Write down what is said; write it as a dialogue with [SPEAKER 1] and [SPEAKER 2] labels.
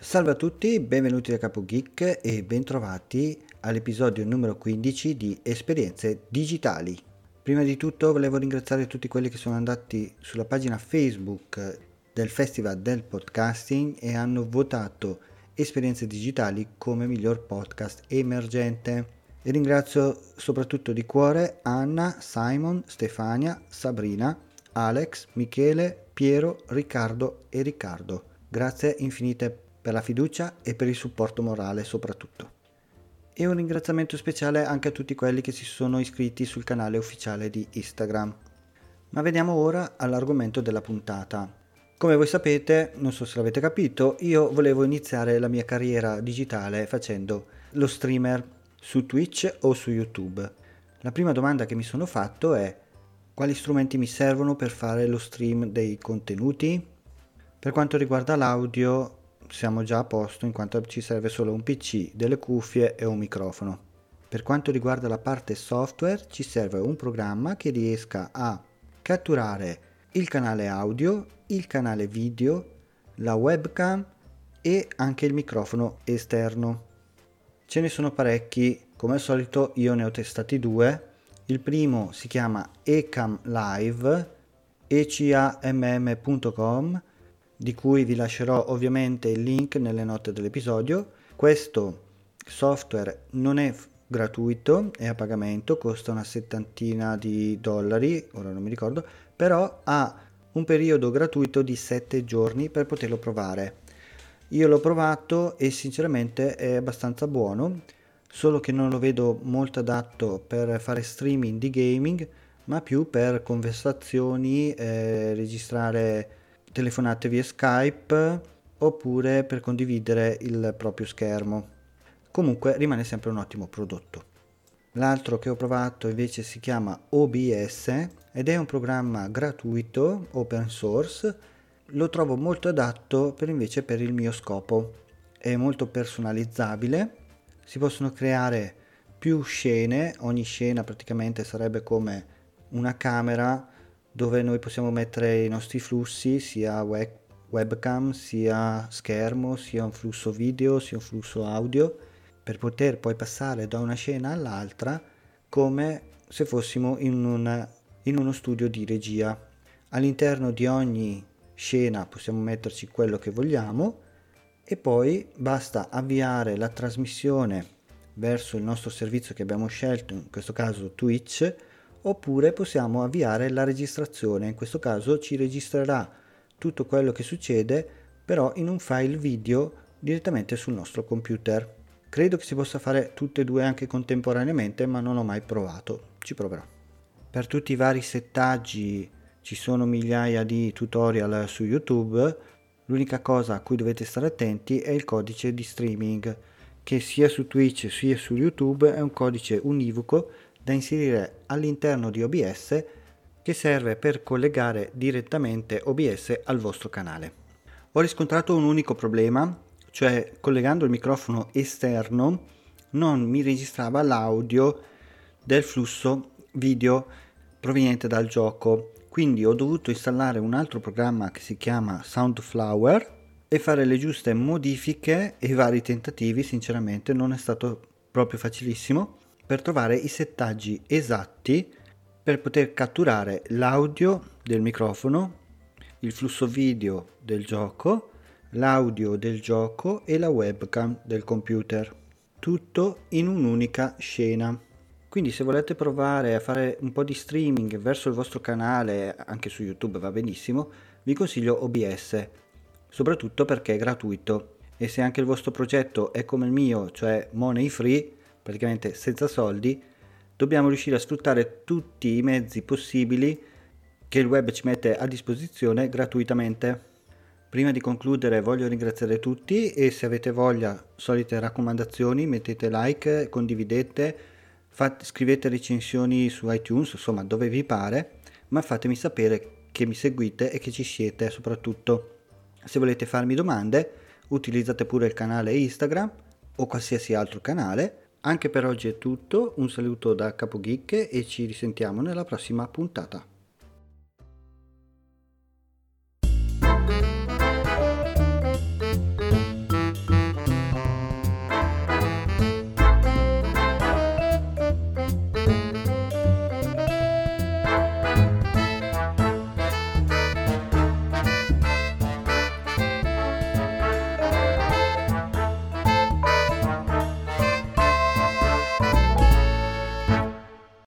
[SPEAKER 1] Salve a tutti, benvenuti da Capo Geek e bentrovati all'episodio numero 15 di Esperienze Digitali. Prima di tutto volevo ringraziare tutti quelli che sono andati sulla pagina Facebook del Festival del Podcasting e hanno votato Esperienze Digitali come miglior podcast emergente. E ringrazio soprattutto di cuore Anna, Simon, Stefania, Sabrina, Alex, Michele, Piero, Riccardo e Riccardo. Grazie infinite per la fiducia e per il supporto morale soprattutto. E un ringraziamento speciale anche a tutti quelli che si sono iscritti sul canale ufficiale di Instagram. Ma veniamo ora all'argomento della puntata. Come voi sapete, non so se l'avete capito, io volevo iniziare la mia carriera digitale facendo lo streamer su Twitch o su YouTube. La prima domanda che mi sono fatto è: quali strumenti mi servono per fare lo stream dei contenuti? Per quanto riguarda l'audio siamo già a posto, in quanto ci serve solo un PC, delle cuffie e un microfono. Per quanto riguarda la parte software ci serve un programma che riesca a catturare il canale audio, il canale video, la webcam e anche il microfono esterno. Ce ne sono parecchi, come al solito io ne ho testati due. Il primo si chiama Ecamm Live, ecamm.com, di cui vi lascerò ovviamente il link nelle note dell'episodio. Questo software non è gratuito, è a pagamento, costa una settantina di dollari, ora non mi ricordo, però ha un periodo gratuito di 7 giorni per poterlo provare. Io l'ho provato e sinceramente è abbastanza buono, solo che non lo vedo molto adatto per fare streaming di gaming, ma più per conversazioni, registrare telefonate via Skype oppure per condividere il proprio schermo. Comunque rimane sempre un ottimo prodotto. L'altro che ho provato invece si chiama OBS ed è un programma gratuito, open source. Lo trovo molto adatto per il mio scopo. È molto personalizzabile, si possono creare più scene, ogni scena praticamente sarebbe come una camera dove noi possiamo mettere i nostri flussi, sia webcam, sia schermo, sia un flusso video, sia un flusso audio, per poter poi passare da una scena all'altra come se fossimo in uno studio di regia. All'interno di ogni scena possiamo metterci quello che vogliamo e poi basta avviare la trasmissione verso il nostro servizio che abbiamo scelto, in questo caso Twitch, oppure possiamo avviare la registrazione. In questo caso ci registrerà tutto quello che succede, però in un file video direttamente sul nostro computer. Credo che si possa fare tutte e due anche contemporaneamente, ma non ho mai provato, ci proverò. Per tutti i vari settaggi ci sono migliaia di tutorial su YouTube. L'unica cosa a cui dovete stare attenti è il codice di streaming, che sia su Twitch sia su YouTube è un codice univoco da inserire all'interno di OBS, che serve per collegare direttamente OBS al vostro canale. Ho riscontrato un unico problema, cioè collegando il microfono esterno non mi registrava l'audio del flusso video proveniente dal gioco, quindi ho dovuto installare un altro programma che si chiama Soundflower e fare le giuste modifiche, e i vari tentativi sinceramente non è stato proprio facilissimo per trovare i settaggi esatti per poter catturare l'audio del microfono, il flusso video del gioco, l'audio del gioco e la webcam del computer, tutto in un'unica scena. Quindi se volete provare a fare un po' di streaming verso il vostro canale, anche su YouTube va benissimo, vi consiglio OBS, soprattutto perché è gratuito, e se anche il vostro progetto è come il mio, cioè money free, praticamente senza soldi, dobbiamo riuscire a sfruttare tutti i mezzi possibili che il web ci mette a disposizione gratuitamente. Prima di concludere voglio ringraziare tutti e se avete voglia, solite raccomandazioni, mettete like, condividete, scrivete recensioni su iTunes, insomma dove vi pare, ma fatemi sapere che mi seguite e che ci siete soprattutto. Se volete farmi domande, utilizzate pure il canale Instagram o qualsiasi altro canale. Anche per oggi è tutto, un saluto da Capo Geek e ci risentiamo nella prossima puntata.